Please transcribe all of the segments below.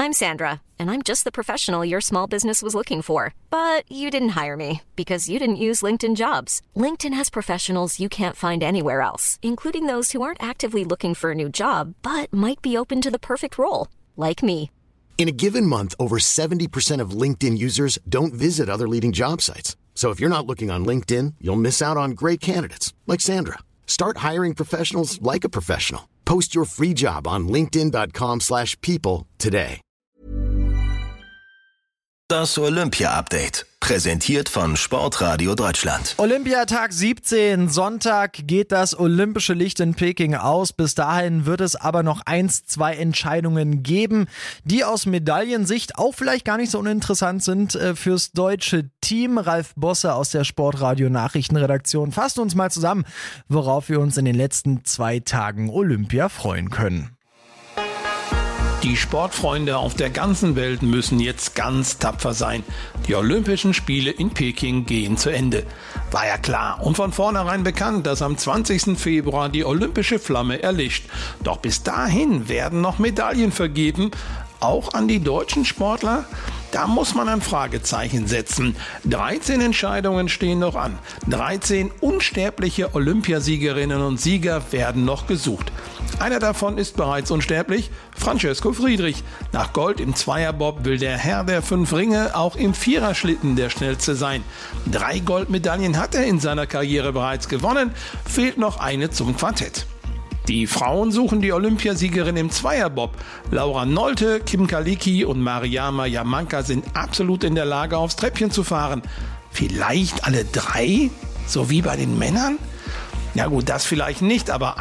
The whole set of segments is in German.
I'm Sandra, and I'm just the professional your small business was looking for. But you didn't hire me because you didn't use LinkedIn Jobs. LinkedIn has professionals you can't find anywhere else, including those who aren't actively looking for a new job, but might be open to the perfect role, like me. In a given month, over 70% of LinkedIn users don't visit other leading job sites. So if you're not looking on LinkedIn, you'll miss out on great candidates like Sandra. Start hiring professionals like a professional. Post your free job on linkedin.com/people today. Das Olympia-Update, präsentiert von Sportradio Deutschland. Olympiatag 17, Sonntag geht das olympische Licht in Peking aus. Bis dahin wird es aber noch 2 Entscheidungen geben, die aus Medaillensicht auch vielleicht gar nicht so uninteressant sind fürs deutsche Team. Ralf Bosse aus der Sportradio Nachrichtenredaktion fasst uns mal zusammen, worauf wir uns in den letzten 2 Tagen Olympia freuen können. Die Sportfreunde auf der ganzen Welt müssen jetzt ganz tapfer sein. Die Olympischen Spiele in Peking gehen zu Ende. War ja klar und von vornherein bekannt, dass am 20. Februar die olympische Flamme erlischt. Doch bis dahin werden noch Medaillen vergeben, auch an die deutschen Sportler. Da muss man ein Fragezeichen setzen. 13 Entscheidungen stehen noch an. 13 unsterbliche Olympiasiegerinnen und Sieger werden noch gesucht. Einer davon ist bereits unsterblich, Francesco Friedrich. Nach Gold im Zweierbob will der Herr der 5 Ringe auch im Viererschlitten der schnellste sein. 3 Goldmedaillen hat er in seiner Karriere bereits gewonnen, fehlt noch eine zum Quartett. Die Frauen suchen die Olympiasiegerin im Zweierbob. Laura Nolte, Kim Kalicki und Mariama Yamanka sind absolut in der Lage, aufs Treppchen zu fahren. Vielleicht alle 3? So wie bei den Männern? Ja gut, das vielleicht nicht, aber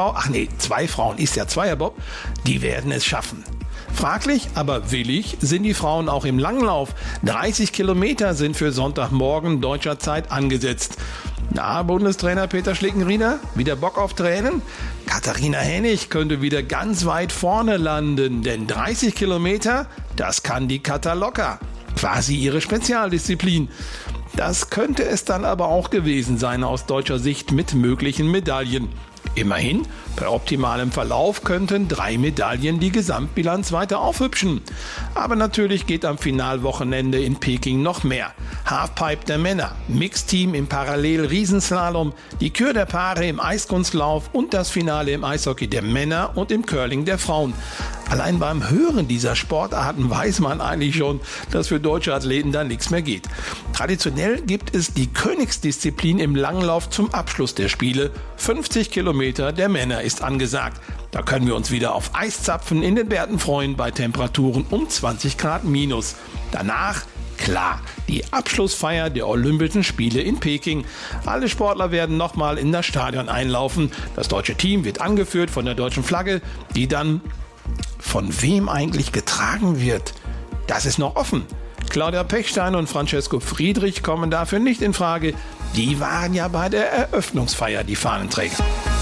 2 Frauen ist ja Zweierbob, die werden es schaffen. Fraglich, aber willig sind die Frauen auch im Langlauf. 30 Kilometer sind für Sonntagmorgen deutscher Zeit angesetzt. Na, Bundestrainer Peter Schlickenrieder, wieder Bock auf Tränen? Katharina Hennig könnte wieder ganz weit vorne landen, denn 30 Kilometer, das kann die Kata locker. Quasi ihre Spezialdisziplin. Das könnte es dann aber auch gewesen sein aus deutscher Sicht mit möglichen Medaillen. Immerhin, bei optimalem Verlauf könnten 3 Medaillen die Gesamtbilanz weiter aufhübschen. Aber natürlich geht am Finalwochenende in Peking noch mehr. Halfpipe der Männer, Mixteam im Parallel-Riesenslalom, die Kür der Paare im Eiskunstlauf und das Finale im Eishockey der Männer und im Curling der Frauen. Allein beim Hören dieser Sportarten weiß man eigentlich schon, dass für deutsche Athleten da nichts mehr geht. Traditionell gibt es die Königsdisziplin im Langlauf zum Abschluss der Spiele. 50 Kilometer der Männer ist angesagt. Da können wir uns wieder auf Eiszapfen in den Bergen freuen bei Temperaturen um 20 Grad minus. Danach, klar, die Abschlussfeier der Olympischen Spiele in Peking. Alle Sportler werden nochmal in das Stadion einlaufen. Das deutsche Team wird angeführt von der deutschen Flagge, die dann von wem eigentlich getragen wird. Das ist noch offen. Claudia Pechstein und Francesco Friedrich kommen dafür nicht in Frage. Die waren ja bei der Eröffnungsfeier die Fahnenträger.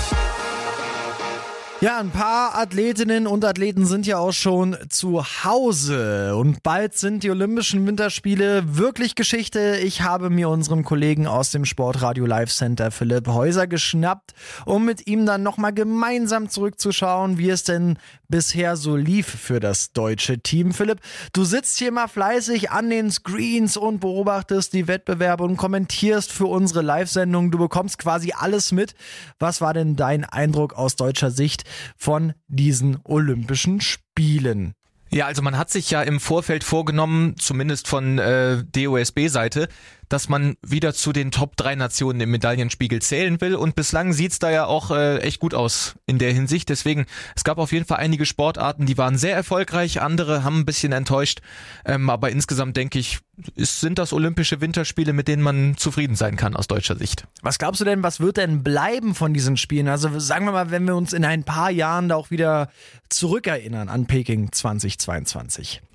Ja, ein paar Athletinnen und Athleten sind ja auch schon zu Hause und bald sind die Olympischen Winterspiele wirklich Geschichte. Ich habe mir unseren Kollegen aus dem Sportradio Live Center Philipp Häuser geschnappt, um mit ihm dann nochmal gemeinsam zurückzuschauen, wie es denn bisher so lief für das deutsche Team. Philipp, du sitzt hier mal fleißig an den Screens und beobachtest die Wettbewerbe und kommentierst für unsere Live-Sendung. Du bekommst quasi alles mit. Was war denn dein Eindruck aus deutscher Sicht von diesen Olympischen Spielen? Ja, also man hat sich ja im Vorfeld vorgenommen, zumindest von DOSB-Seite, dass man wieder zu den Top 3 Nationen im Medaillenspiegel zählen will und bislang sieht's da ja auch echt gut aus in der Hinsicht. Deswegen, es gab auf jeden Fall einige Sportarten, die waren sehr erfolgreich, andere haben ein bisschen enttäuscht, aber insgesamt denke ich, sind das Olympische Winterspiele, mit denen man zufrieden sein kann aus deutscher Sicht. Was glaubst du denn, was wird denn bleiben von diesen Spielen? Also sagen wir mal, wenn wir uns in ein paar Jahren da auch wieder zurückerinnern an Peking 2022.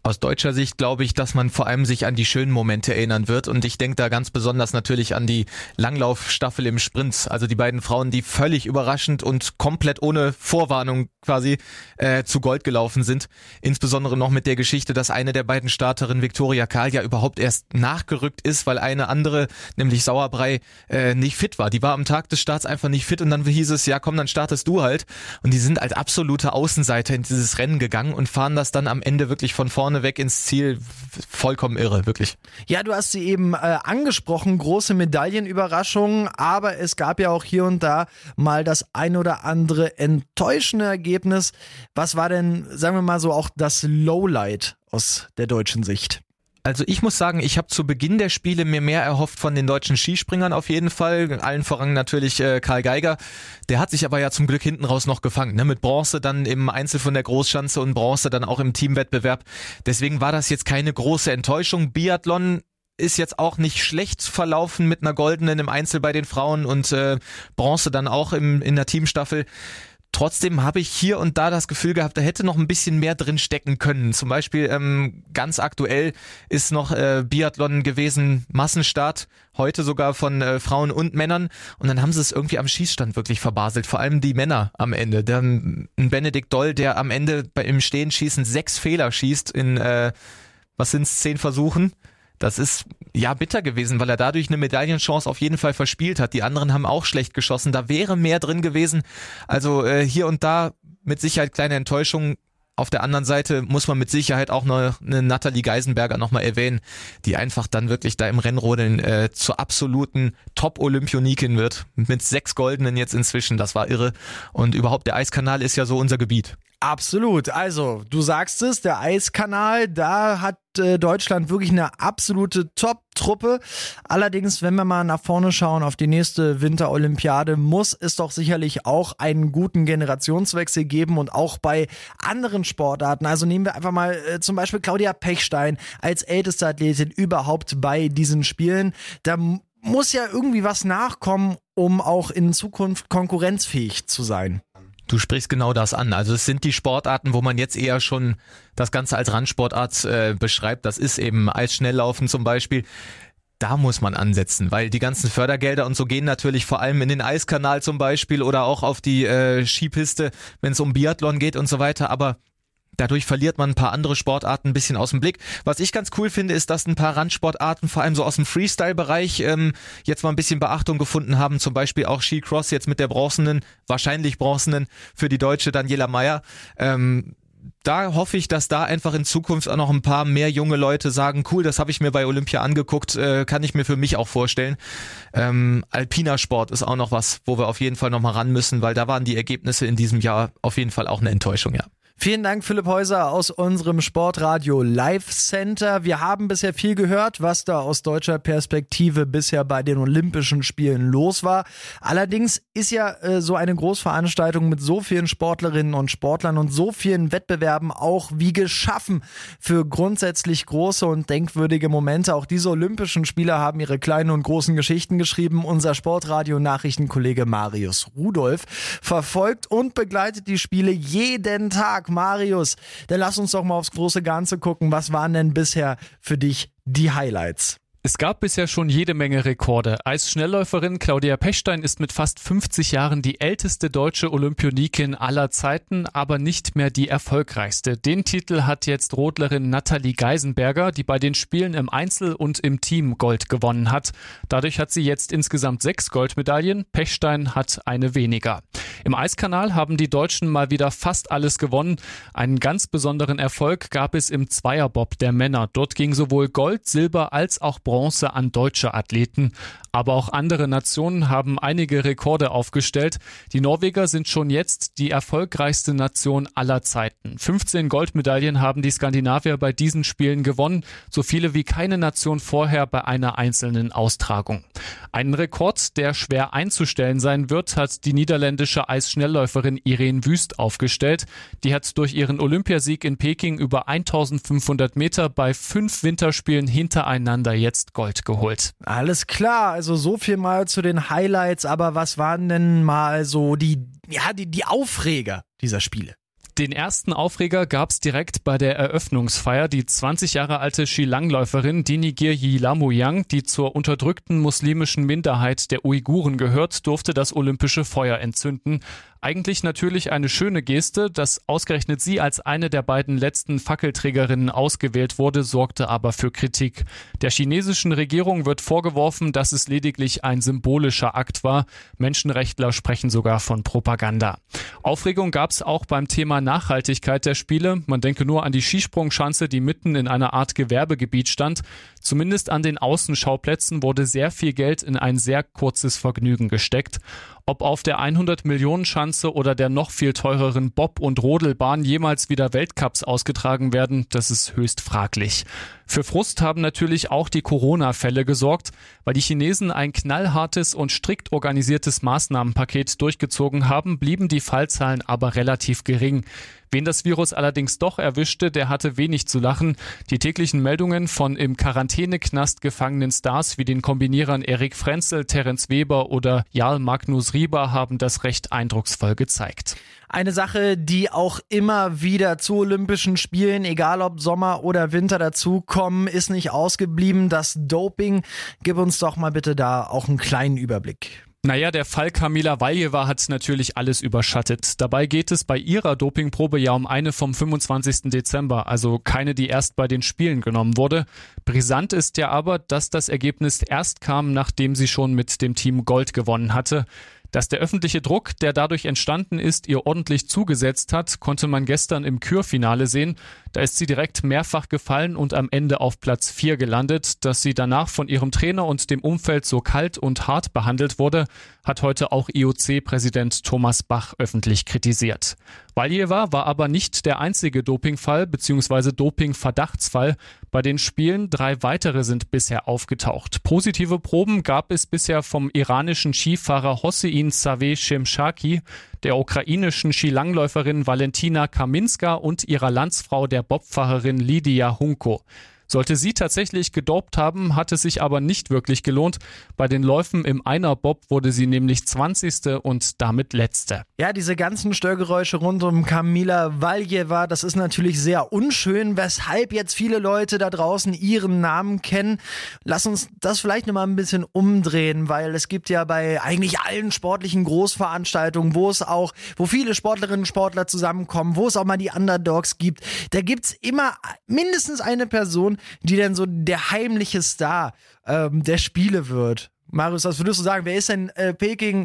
Aus deutscher Sicht glaube ich, dass man vor allem sich an die schönen Momente erinnern wird und ich denke da ganz besonders natürlich an die Langlaufstaffel im Sprint. Also die beiden Frauen, die völlig überraschend und komplett ohne Vorwarnung quasi zu Gold gelaufen sind. Insbesondere noch mit der Geschichte, dass eine der beiden Starterinnen, Viktoria Kahl, ja überhaupt erst nachgerückt ist, weil eine andere, nämlich Sauerbrei, nicht fit war. Die war am Tag des Starts einfach nicht fit und dann hieß es, ja komm, dann startest du halt. Und die sind als absolute Außenseiter in dieses Rennen gegangen und fahren das dann am Ende wirklich von vorne weg ins Ziel. Vollkommen irre, wirklich. Ja, du hast sie eben angesprochen, große Medaillenüberraschungen, aber es gab ja auch hier und da mal das ein oder andere enttäuschende Ergebnis. Was war denn, sagen wir mal so, auch das Lowlight aus der deutschen Sicht? Also ich muss sagen, ich habe zu Beginn der Spiele mir mehr erhofft von den deutschen Skispringern auf jeden Fall. Allen voran natürlich Karl Geiger. Der hat sich aber ja zum Glück hinten raus noch gefangen. Ne? Mit Bronze dann im Einzel von der Großschanze und Bronze dann auch im Teamwettbewerb. Deswegen war das jetzt keine große Enttäuschung. Biathlon ist jetzt auch nicht schlecht verlaufen mit einer goldenen im Einzel bei den Frauen und Bronze dann auch in der Teamstaffel. Trotzdem habe ich hier und da das Gefühl gehabt, da hätte noch ein bisschen mehr drin stecken können. Zum Beispiel ganz aktuell ist noch Biathlon gewesen, Massenstart, heute sogar von Frauen und Männern. Und dann haben sie es irgendwie am Schießstand wirklich verbaselt, vor allem die Männer am Ende. Dann ein Benedikt Doll, der am Ende im Stehenschießen 6 Fehler schießt in, 10 Versuchen. Das ist ja bitter gewesen, weil er dadurch eine Medaillenchance auf jeden Fall verspielt hat. Die anderen haben auch schlecht geschossen. Da wäre mehr drin gewesen. Also hier und da mit Sicherheit kleine Enttäuschungen. Auf der anderen Seite muss man mit Sicherheit auch noch eine Nathalie Geisenberger nochmal erwähnen, die einfach dann wirklich da im Rennrodeln zur absoluten Top-Olympionikin wird. Mit 6 Goldenen jetzt inzwischen. Das war irre. Und überhaupt der Eiskanal ist ja so unser Gebiet. Absolut. Also, du sagst es, der Eiskanal, da hat Deutschland wirklich eine absolute Top-Truppe. Allerdings, wenn wir mal nach vorne schauen auf die nächste Winterolympiade, muss es doch sicherlich auch einen guten Generationswechsel geben und auch bei anderen Sportarten. Also nehmen wir einfach mal zum Beispiel Claudia Pechstein als älteste Athletin überhaupt bei diesen Spielen. Da muss ja irgendwie was nachkommen, um auch in Zukunft konkurrenzfähig zu sein. Du sprichst genau das an. Also es sind die Sportarten, wo man jetzt eher schon das Ganze als Randsportart beschreibt. Das ist eben Eisschnelllaufen zum Beispiel. Da muss man ansetzen, weil die ganzen Fördergelder und so gehen natürlich vor allem in den Eiskanal zum Beispiel oder auch auf die Skipiste, wenn es um Biathlon geht und so weiter. Aber dadurch verliert man ein paar andere Sportarten ein bisschen aus dem Blick. Was ich ganz cool finde, ist, dass ein paar Randsportarten, vor allem so aus dem Freestyle-Bereich, jetzt mal ein bisschen Beachtung gefunden haben. Zum Beispiel auch Skicross jetzt mit der wahrscheinlich bronzenen für die Deutsche Daniela Meyer. Da hoffe ich, dass da einfach in Zukunft auch noch ein paar mehr junge Leute sagen, cool, das habe ich mir bei Olympia angeguckt, kann ich mir für mich auch vorstellen. Alpiner Sport ist auch noch was, wo wir auf jeden Fall noch mal ran müssen, weil da waren die Ergebnisse in diesem Jahr auf jeden Fall auch eine Enttäuschung, ja. Vielen Dank, Philipp Häuser aus unserem Sportradio Live Center. Wir haben bisher viel gehört, was da aus deutscher Perspektive bisher bei den Olympischen Spielen los war. Allerdings ist ja so eine Großveranstaltung mit so vielen Sportlerinnen und Sportlern und so vielen Wettbewerben auch wie geschaffen für grundsätzlich große und denkwürdige Momente. Auch diese Olympischen Spiele haben ihre kleinen und großen Geschichten geschrieben. Unser Sportradio-Nachrichtenkollege Marius Rudolph verfolgt und begleitet die Spiele jeden Tag. Marius, dann lass uns doch mal aufs große Ganze gucken. Was waren denn bisher für dich die Highlights? Es gab bisher schon jede Menge Rekorde. Eisschnellläuferin Claudia Pechstein ist mit fast 50 Jahren die älteste deutsche Olympionikin aller Zeiten, aber nicht mehr die erfolgreichste. Den Titel hat jetzt Rodlerin Nathalie Geisenberger, die bei den Spielen im Einzel und im Team Gold gewonnen hat. Dadurch hat sie jetzt insgesamt 6 Goldmedaillen. Pechstein hat eine weniger. Im Eiskanal haben die Deutschen mal wieder fast alles gewonnen. Einen ganz besonderen Erfolg gab es im Zweierbob der Männer. Dort ging sowohl Gold, Silber als auch Bronze an deutsche Athleten. Aber auch andere Nationen haben einige Rekorde aufgestellt. Die Norweger sind schon jetzt die erfolgreichste Nation aller Zeiten. 15 Goldmedaillen haben die Skandinavier bei diesen Spielen gewonnen, so viele wie keine Nation vorher bei einer einzelnen Austragung. Einen Rekord, der schwer einzustellen sein wird, hat die niederländische Eisschnellläuferin Irene Wüst aufgestellt. Die hat durch ihren Olympiasieg in Peking über 1500 Meter bei 5 Winterspielen hintereinander jetzt Gold geholt. Alles klar, also so viel mal zu den Highlights, aber was waren denn mal so die Aufreger dieser Spiele? Den ersten Aufreger gab's direkt bei der Eröffnungsfeier. Die 20 Jahre alte Skilangläuferin Dinigir Yilamoyang, die zur unterdrückten muslimischen Minderheit der Uiguren gehört, durfte das olympische Feuer entzünden. Eigentlich natürlich eine schöne Geste, dass ausgerechnet sie als eine der beiden letzten Fackelträgerinnen ausgewählt wurde, sorgte aber für Kritik. Der chinesischen Regierung wird vorgeworfen, dass es lediglich ein symbolischer Akt war. Menschenrechtler sprechen sogar von Propaganda. Aufregung gab es auch beim Thema Nachhaltigkeit der Spiele. Man denke nur an die Skisprungschanze, die mitten in einer Art Gewerbegebiet stand. Zumindest an den Außenschauplätzen wurde sehr viel Geld in ein sehr kurzes Vergnügen gesteckt. Ob auf der 100-Millionen-Schanze oder der noch viel teureren Bob- und Rodelbahn jemals wieder Weltcups ausgetragen werden, das ist höchst fraglich. Für Frust haben natürlich auch die Corona-Fälle gesorgt, weil die Chinesen ein knallhartes und strikt organisiertes Maßnahmenpaket durchgezogen haben, blieben die Fallzahlen aber relativ gering. Wen das Virus allerdings doch erwischte, der hatte wenig zu lachen. Die täglichen Meldungen von im Quarantäneknast gefangenen Stars wie den Kombinierern Erik Frenzel, Terence Weber oder Jarl Magnus Rieber haben das recht eindrucksvoll gezeigt. Eine Sache, die auch immer wieder zu Olympischen Spielen, egal ob Sommer oder Winter dazukommen, ist nicht ausgeblieben. Das Doping. Gib uns doch mal bitte da auch einen kleinen Überblick. Naja, der Fall Kamila Valieva hat natürlich alles überschattet. Dabei geht es bei ihrer Dopingprobe ja um eine vom 25. Dezember, also keine, die erst bei den Spielen genommen wurde. Brisant ist ja aber, dass das Ergebnis erst kam, nachdem sie schon mit dem Team Gold gewonnen hatte. Dass der öffentliche Druck, der dadurch entstanden ist, ihr ordentlich zugesetzt hat, konnte man gestern im Kürfinale sehen. Da ist sie direkt mehrfach gefallen und am Ende auf Platz 4 gelandet. Dass sie danach von ihrem Trainer und dem Umfeld so kalt und hart behandelt wurde, hat heute auch IOC-Präsident Thomas Bach öffentlich kritisiert. Valieva war aber nicht der einzige Dopingfall bzw. Dopingverdachtsfall. Bei den Spielen 3 weitere sind bisher aufgetaucht. Positive Proben gab es bisher vom iranischen Skifahrer Hossein Saveh Shemshaki, der ukrainischen Skilangläuferin Valentina Kaminska und ihrer Landsfrau der Bobfahrerin Lidia Hunko. Sollte sie tatsächlich gedopt haben, hat es sich aber nicht wirklich gelohnt. Bei den Läufen im Einerbob wurde sie nämlich 20. und damit Letzte. Ja, diese ganzen Störgeräusche rund um Kamila Valieva, das ist natürlich sehr unschön, weshalb jetzt viele Leute da draußen ihren Namen kennen. Lass uns das vielleicht nochmal ein bisschen umdrehen, weil es gibt ja bei eigentlich allen sportlichen Großveranstaltungen, wo viele Sportlerinnen und Sportler zusammenkommen, wo es auch mal die Underdogs gibt, da gibt's immer mindestens eine Person, die dann so der heimliche Star der Spiele wird. Marius, was würdest du sagen? Wer ist denn Peking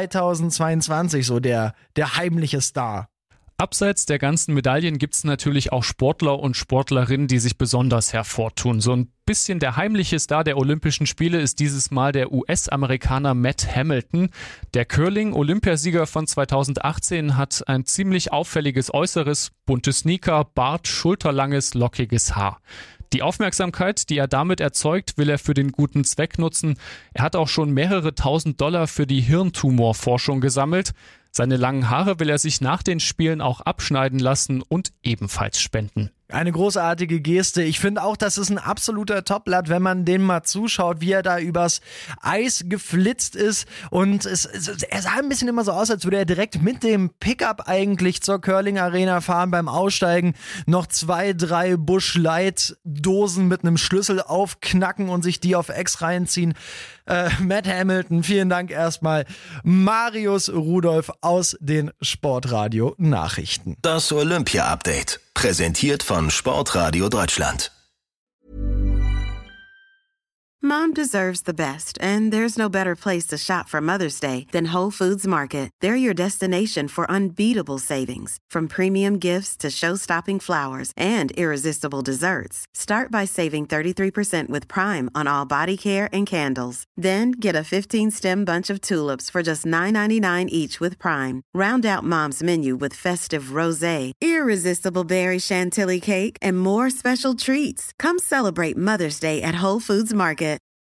2022 so der heimliche Star? Abseits der ganzen Medaillen gibt es natürlich auch Sportler und Sportlerinnen, die sich besonders hervortun. So ein bisschen der heimliche Star der Olympischen Spiele ist dieses Mal der US-Amerikaner Matt Hamilton. Der Curling-Olympiasieger von 2018 hat ein ziemlich auffälliges Äußeres, bunte Sneaker, Bart, schulterlanges, lockiges Haar. Die Aufmerksamkeit, die er damit erzeugt, will er für den guten Zweck nutzen. Er hat auch schon mehrere $1.000 für die Hirntumorforschung gesammelt. Seine langen Haare will er sich nach den Spielen auch abschneiden lassen und ebenfalls spenden. Eine großartige Geste. Ich finde auch, das ist ein absoluter Topblatt, wenn man dem mal zuschaut, wie er da übers Eis geflitzt ist. Und er sah ein bisschen immer so aus, als würde er direkt mit dem Pickup eigentlich zur Curling-Arena fahren, beim Aussteigen noch 2, 3 Busch Light Dosen mit einem Schlüssel aufknacken und sich die auf Ex reinziehen. Matt Hamilton, vielen Dank erstmal. Marius Rudolph aus den Sportradio Nachrichten. Das Olympia-Update. Präsentiert von Sportradio Deutschland. Mom deserves the best, and there's no better place to shop for Mother's Day than Whole Foods Market. They're your destination for unbeatable savings, from premium gifts to show-stopping flowers and irresistible desserts. Start by saving 33% with Prime on all body care and candles. Then get a 15-stem bunch of tulips for just $9.99 each with Prime. Round out Mom's menu with festive rosé, irresistible berry chantilly cake, and more special treats. Come celebrate Mother's Day at Whole Foods Market.